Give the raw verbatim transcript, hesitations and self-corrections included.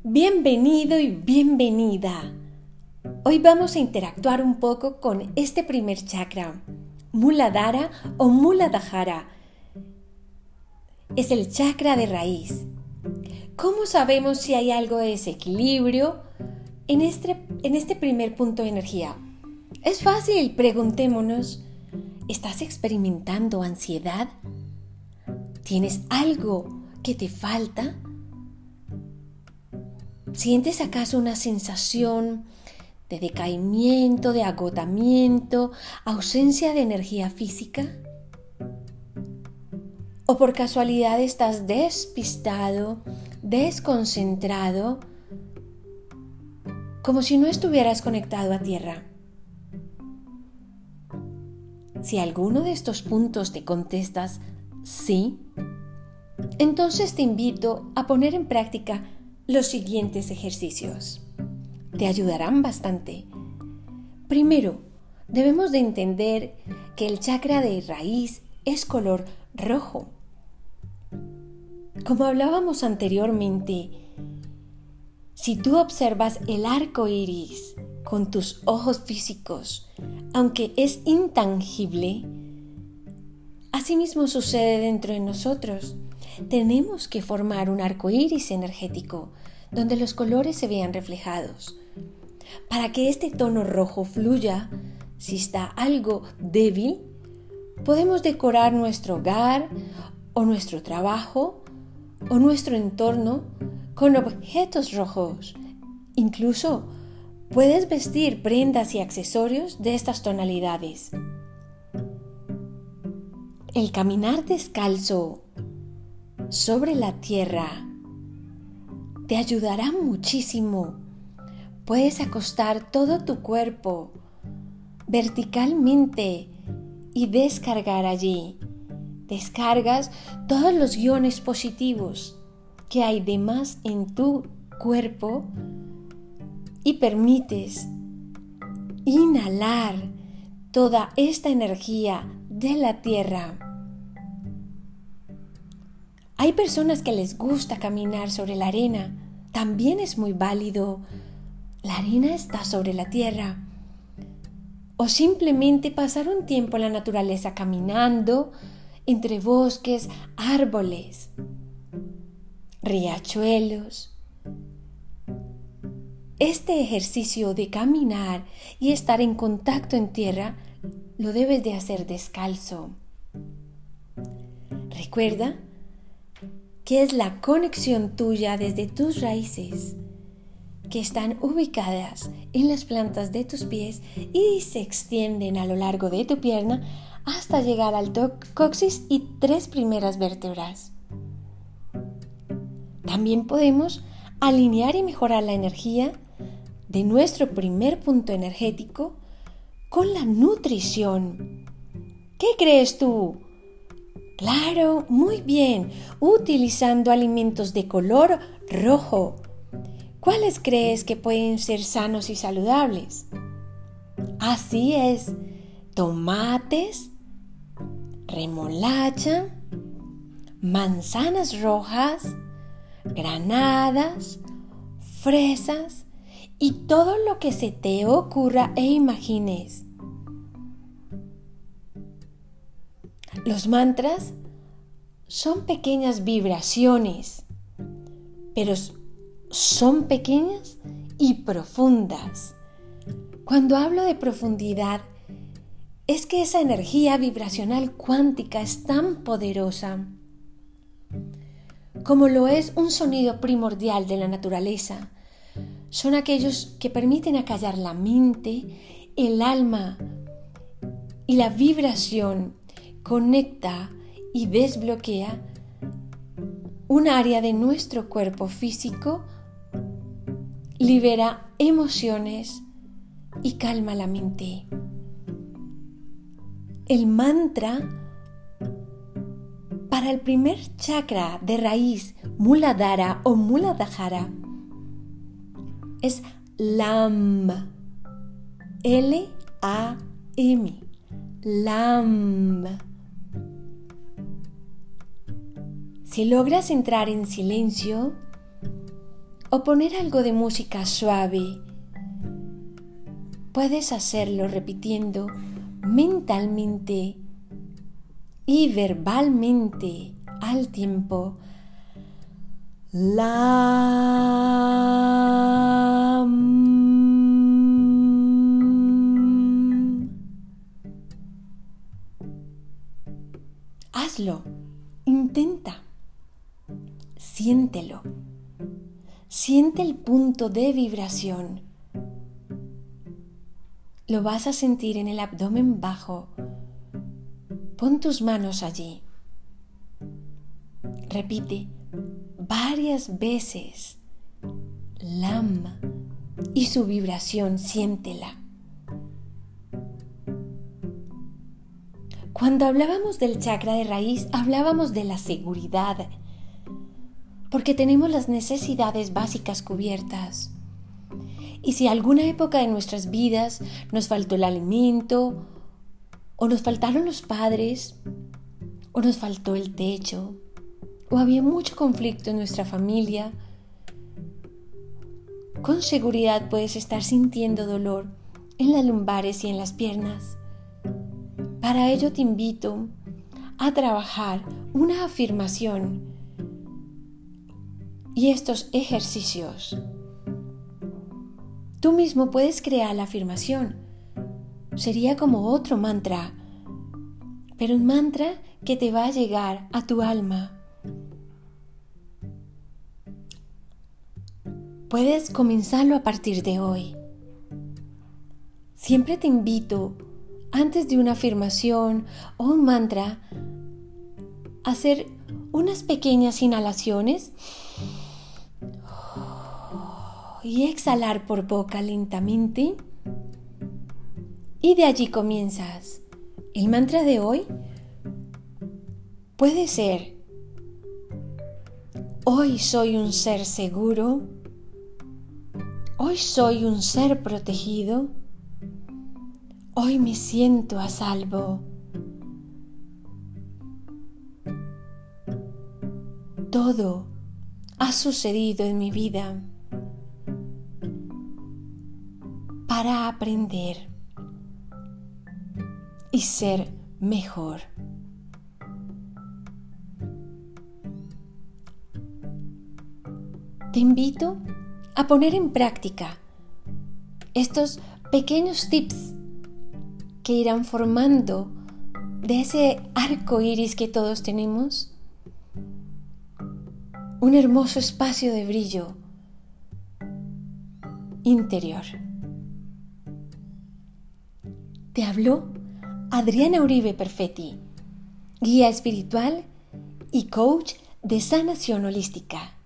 Bienvenido y bienvenida. Hoy vamos a interactuar un poco con este primer chakra, Muladhara o Muladhara. Es el chakra de raíz. ¿Cómo sabemos si hay algo de desequilibrio en este, en este primer punto de energía? Es fácil, preguntémonos. ¿Estás experimentando ansiedad? ¿Tienes algo que te falta? ¿Sientes acaso una sensación de decaimiento, de agotamiento, ausencia de energía física? ¿O por casualidad estás despistado, desconcentrado, como si no estuvieras conectado a tierra? Si alguno de estos puntos te contestas sí, entonces te invito a poner en práctica los siguientes ejercicios. Te ayudarán bastante. Primero, debemos de entender que el chakra de raíz es color rojo. Como hablábamos anteriormente, si tú observas el arco iris con tus ojos físicos, aunque es intangible, asimismo sucede dentro de nosotros. Tenemos que formar un arco iris energético donde los colores se vean reflejados. Para que este tono rojo fluya, si está algo débil, podemos decorar nuestro hogar o nuestro trabajo o nuestro entorno con objetos rojos. Incluso puedes vestir prendas y accesorios de estas tonalidades. El caminar descalzo sobre la tierra te ayudará muchísimo. Puedes acostar todo tu cuerpo verticalmente y descargar allí. Descargas todos los iones positivos que hay de más en tu cuerpo y permites inhalar toda esta energía de la tierra. Hay personas que les gusta caminar sobre la arena. También es muy válido. La arena está sobre la tierra. O simplemente pasar un tiempo en la naturaleza caminando entre bosques, árboles, riachuelos. Este ejercicio de caminar y estar en contacto en tierra lo debes de hacer descalzo. Recuerda que es la conexión tuya desde tus raíces, que están ubicadas en las plantas de tus pies y se extienden a lo largo de tu pierna hasta llegar al coxis y tres primeras vértebras. También podemos alinear y mejorar la energía de nuestro primer punto energético con la nutrición. ¿Qué crees tú? Claro, muy bien, utilizando alimentos de color rojo. ¿Cuáles crees que pueden ser sanos y saludables? Así es, tomates, remolacha, manzanas rojas, granadas, fresas y todo lo que se te ocurra e imagines. Los mantras son pequeñas vibraciones, pero son pequeñas y profundas. Cuando hablo de profundidad, es que esa energía vibracional cuántica es tan poderosa como lo es un sonido primordial de la naturaleza. Son aquellos que permiten acallar la mente, el alma, y la vibración conecta y desbloquea un área de nuestro cuerpo físico, libera emociones y calma la mente. El mantra para el primer chakra de raíz, Muladhara o Muladhara, es LAM, L A M, LAM. Si logras entrar en silencio o poner algo de música suave. Puedes hacerlo repitiendo mentalmente y verbalmente al tiempo. Lam. Hazlo, intenta, siéntelo, siente el punto de vibración. Lo vas a sentir en el abdomen bajo. Pon tus manos allí. Repite varias veces Lam y su vibración, siéntela. Cuando hablábamos del chakra de raíz, hablábamos de la seguridad, porque tenemos las necesidades básicas cubiertas. Y si alguna época de nuestras vidas nos faltó el alimento, o nos faltaron los padres, o nos faltó el techo, o había mucho conflicto en nuestra familia, con seguridad puedes estar sintiendo dolor en las lumbares y en las piernas. Para ello te invito a trabajar una afirmación y estos ejercicios. Tú mismo puedes crear la afirmación. Sería como otro mantra, pero un mantra que te va a llegar a tu alma. Puedes comenzarlo a partir de hoy. Siempre te invito, antes de una afirmación o un mantra, a hacer unas pequeñas inhalaciones y exhalar por boca lentamente. Y de allí comienzas. El mantra de hoy puede ser: hoy soy un ser seguro, hoy soy un ser protegido, hoy me siento a salvo. Todo ha sucedido en mi vida para aprender y ser mejor. Te invito a poner en práctica estos pequeños tips que irán formando de ese arco iris que todos tenemos un hermoso espacio de brillo interior. Te habló Adriana Uribe Perfetti, guía espiritual y coach de sanación holística.